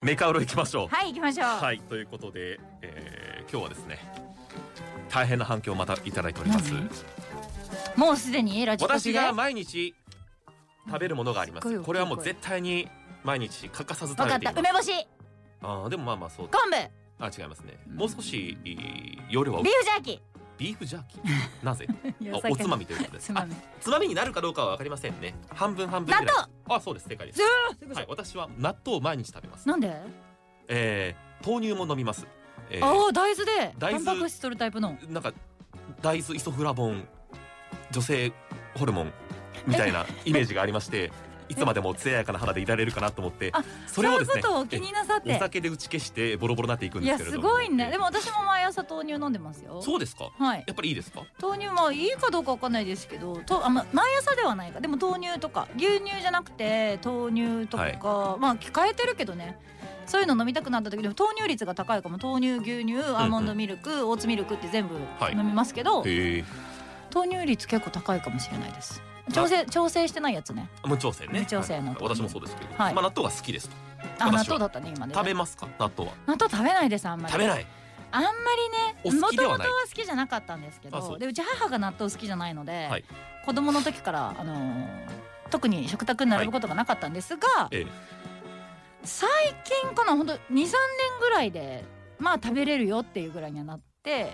メカウロ行きましょう。 はい行きましょう。 はい、ということで、今日はですね大変な反響をまたいただいております。 もうすでにラジコシで私が毎日食べるものがあります。これはもう絶対に毎日欠かさず食べています。 分かった。梅干し、 でもまあまあそう昆布、 違いますね。もう少し容量はビーフジャーキビーフジャーキーなぜーおつまみということです。 つまみつまみになるかどうかは分かりませんね。半分半分納ぐらい。 豆。 そうです、正解です。 ははい、私は納豆を毎日食べます。 なんで？ 豆乳も飲みます。 大豆で大豆タンパク質取るタイプの。 なんか大豆イソフラボン女性ホルモンみたいなイメージがありましていつまでも艶やかな肌でいられるかなと思ってそれをですねそういうことを気になさってお酒で打ち消してボロボロになっていくんですけれども。 いやすごいね。でも私も毎朝豆乳飲んでますよ。 そうですか。 はい。 やっぱりいいですか。 豆乳まあいいかどうかわかんないですけど毎朝ではないか。でも豆乳とか牛乳じゃなくて豆乳とか、まあ変えてるけどね。そういうの飲みたくなった時でも豆乳率が高いかも。豆乳、牛乳、アーモンドミルク、オーツミルクって全部飲みますけど、豆乳率結構高いかもしれないです。調整してないやつね。 無調整ね。 無調整の私もそうですけど、 はい、 まあ納豆が好きですと。 納豆だったね今ね。 食べますか納豆は。 納豆食べないですあんまり。 食べない。 あんまりね。 お好きではない。 元々は好きじゃなかったんですけど、でうち母が納豆好きじゃないので、 はい、 子供の時から特に食卓に並ぶことがなかったんですが、最近かな本当2、3年ぐらいでまあ食べれるよっていうぐらいにはなって、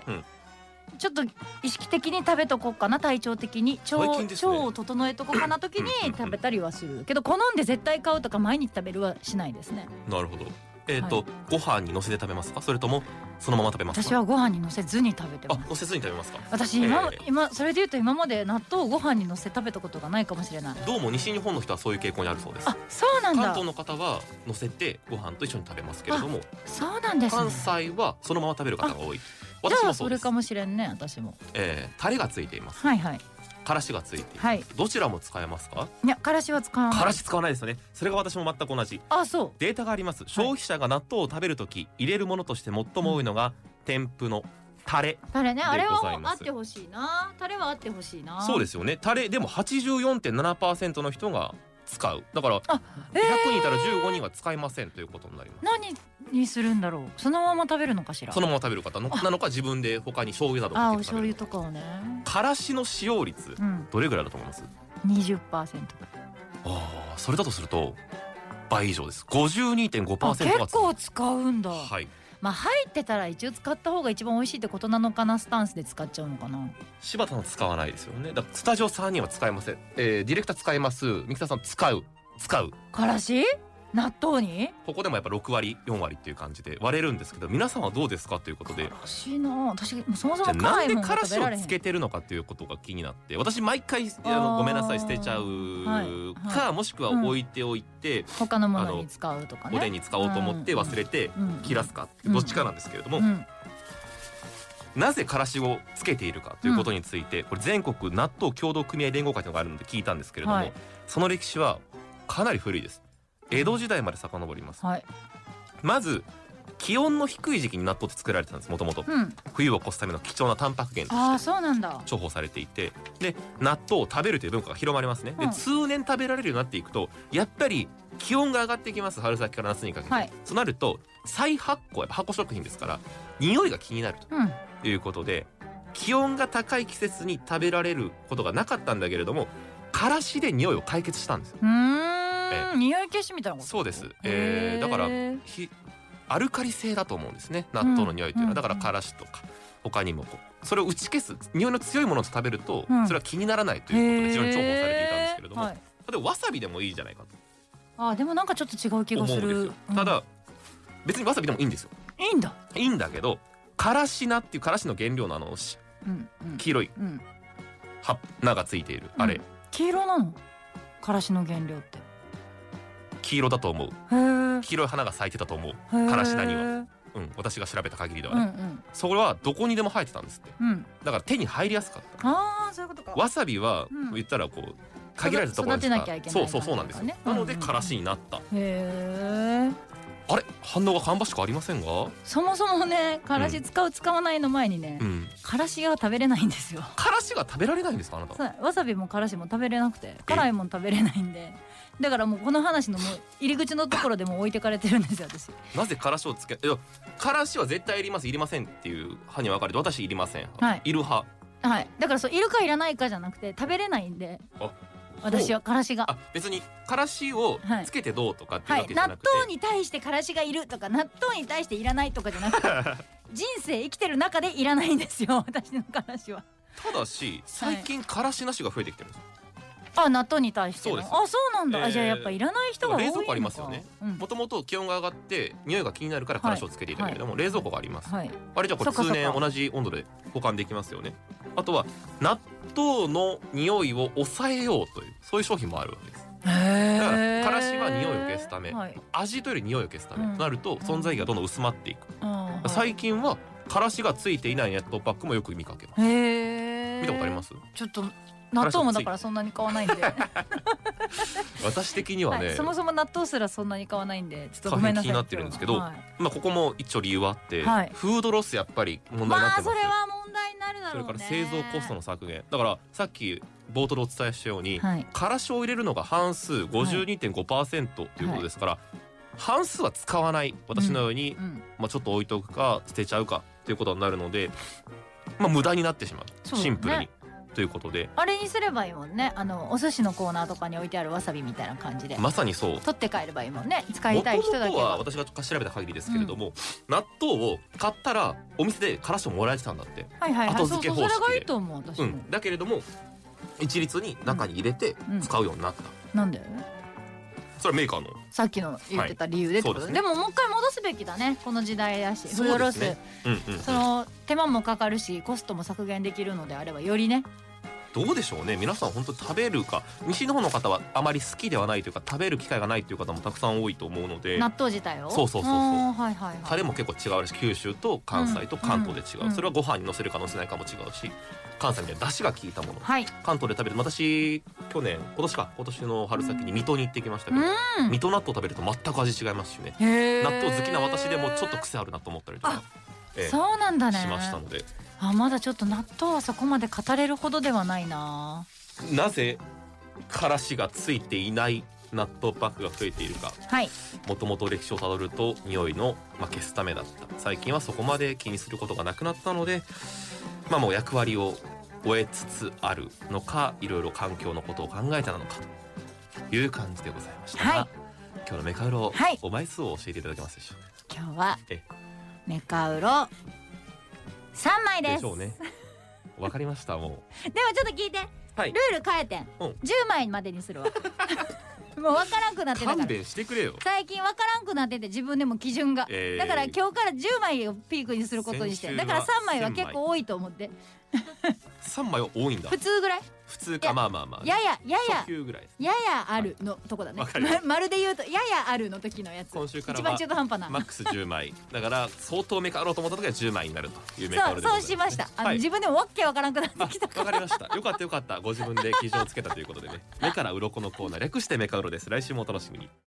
ちょっと意識的に食べとこうかな。体調的に腸を整えとこうかな時に食べたりはするけど好んで絶対買うとか毎日食べるはしないですね。 なるほど。ご飯に乗せて食べますか、それともそのまま食べますか。 私はご飯に乗せずに食べてます。 乗せずに食べますか。 私今それで言うと今まで納豆をご飯に乗せて食べたことがないかもしれない。 どうも西日本の人はそういう傾向にあるそうです。 そうなんだ。 関東の方は乗せてご飯と一緒に食べますけれども、 そうなんですね。 関西はそのまま食べる方が多い。 じゃあそれかもしれんね。私もタレがついています。 はいはい。 からしがついている、どちらも使えますか。 いやからしは使わない。 からし使わないですよね。それが私も全く同じ。 そうデータがあります。消費者が納豆を食べるとき入れるものとして最も多いのが添付のタレね。あれはあってほしいな。タレはあってほしいな。 そうですよね。タレでも 84.7% の人が使う。だから100人いたら15人は使いませんということになります。 何にするんだろう。そのまま食べるのかしら。 そのまま食べる方なのか自分で他に醤油などお醤油とかをね。 からしの使用率、どれぐらいだと思います？ 20%。 それだとすると倍以上です。 52.5% 結構使うんだ。 はい。 まあ入ってたら一応使った方が一番美味しいってことなのかな。スタンスで使っちゃうのかな。 柴田さん使わないですよね。だからスタジオ3人は使いません。ディレクター使います。三北さん使うからし納豆にここでもやっぱ6割4割っていう感じで割れるんですけど、皆さんはどうですかということで。 からしな。私そもそもなんでからしをつけてるのかっていうことが気になって、私毎回ごめんなさい捨てちゃうか、もしくは置いておいて他のものに使うとかね。 おでんに使おうと思って忘れて切らすか、どっちかなんですけれども、なぜからしをつけているかということについて、これ全国納豆協同組合連合会というのがあるので聞いたんですけれども、その歴史はかなり古いです。江戸時代まで遡ります。まず気温の低い時期に納豆って作られてたんです。もともと冬を越すための貴重なタンパク源として重宝されていて、で納豆を食べるという文化が広まりますね。で通年食べられるようになっていくとやっぱり気温が上がってきます。春先から夏にかけて、そうなると再発酵、やっぱ発酵食品ですから匂いが気になるということで、気温が高い季節に食べられることがなかったんだけれども、からしで匂いを解決したんですよ。 匂い消しみたいなこと。 そうです。だからアルカリ性だと思うんですね、納豆の匂いというのは。だからからしとか他にもそれを打ち消す匂いの強いものと食べるとそれは気にならないということで非常に重宝されていたんですけれども、例えばわさびでもいいじゃないかと。 でもなんかちょっと違う気がする。 ただ別にわさびでもいいんですよ。いいんだけど、からし菜っていうからしの原料の黄色い花がついているあれ、 黄色なの？からしの原料って黄色だと思う。黄色い花が咲いてたと思う。からし菜には、私が調べた限りではね、それはどこにでも生えてたんですって。だから手に入りやすかった。 そういうことか。 わさびは言ったらこう限られたところでしか育てなきゃいけない。 そうなんですよ。なのでからしになった。あれ反応が芳しくありませんが、 そもそもねからし使う使わないの前にね、からしが食べれないんですよ。 からしが食べられないんですか、あなた。 わさびもからしも食べれなくて、辛いもん食べれないんでだからもうこの話のもう入り口のところでもう置いてかれてるんですよ私。 なぜからしをつけ、からしは絶対いりますいりませんっていう派に分かれて、私いりません、 はい、 いる派。 はい、だからそういるかいらないかじゃなくて食べれないんで、私はからしが別にからしをつけてどうとかっていうわけじゃなくて、 納豆に対してからしがいるとか納豆に対していらないとかじゃなくて人生生きてる中でいらないんですよ私のからしは。 ただし最近からしなしが増えてきてるんですよ。 納豆に対しての。そうなんだ。じゃあやっぱいらない人が多いのか。 冷蔵庫ありますよね。もともと気温が上がって匂いが気になるからからしをつけていたけれども、冷蔵庫があります。あれじゃあこれ通年同じ温度で保管できますよね。あとは納豆の匂いを抑えようというそういう商品もあるわけです。だからからしは匂いを消すため、味というより匂いを消すためとなると存在意義がどんどん薄まっていく。最近はからしがついていない納豆パックもよく見かけます。見たことあります？ ちょっと納豆もだからそんなに買わないんで私的にはね、 そもそも納豆すらそんなに買わないんでちょっとごめんなさい。 気になってるんですけど、ここも一応理由はあって、フードロスやっぱり問題になってます。 それは問題になるだろうね。 それから製造コストの削減だから、さっき冒頭でお伝えしたように、からしを入れるのが半数 52.5% ということですから、半数は使わない私のように、ちょっと置いとくか捨てちゃうかということになるので、無駄になってしまう、シンプルにということで、あれにすればいいもんね。お寿司のコーナーとかに置いてあるわさびみたいな感じで、 まさにそう取って帰ればいいもんね。使いたい人だけは。 元々は私が調べた限りですけれども、納豆を買ったらお店でからしをもらえてたんだって。後付け方式で。それがいいと思う私も。だけれども一律に中に入れて使うようになった。 なんで？ それはメーカーのさっきの言ってた理由でってことで。でももう一回戻すべきだね、この時代だし。フードロス、その手間もかかるしコストも削減できるのであればよりね。 どうでしょうね、皆さん本当に食べるか、西の方の方はあまり好きではないというか食べる機会がないという方もたくさん多いと思うので、 納豆自体をそうタレも結構違うし、九州と関西と関東で違う、それはご飯にのせるかのせないかも違うし、関西みたいな出汁が効いたもの、関東で食べる。私今年の春先に水戸に行ってきましたけど、水戸納豆食べると全く味違いますしね。納豆好きな私でもちょっと癖あるなと思ったりとかそうなんだねしましたので、 まだちょっと納豆はそこまで語れるほどではないな。 なぜからしがついていない納豆パックが増えているか。もともと歴史をたどると匂いの、消すためだった。最近はそこまで気にすることがなくなったので、もう役割を終えつつあるのか、いろいろ環境のことを考えたのかという感じでございましたが、今日のメカウロ、お枚数を教えていただけますでしょうか。 今日はメカウロ3枚です。 でしょうね。わかりました。もうでもちょっと聞いて、ルール変えてん、10枚までにするわもうわからんくなってたから。 勘弁してくれよ。 最近わからんくなってて自分でも基準が、だから今日から10枚をピークにすることにして、だから3枚は結構多いと思って 3枚は多いんだ。 普通ぐらい。 普通か、 やや初級ぐらい、 ややあるのとこだね。まるで言うとややあるの時のやつ。 今週からは一番中途半端なマックス10枚だから相当メカウロと思った時は10枚になるというメカウロでございます。 そうしました。自分でもわけわからなくなってきた。 わかりました。よかった。ご自分で基準をつけたということでね。目から鱗のコーナー、略してメカウロです。来週もお楽しみに。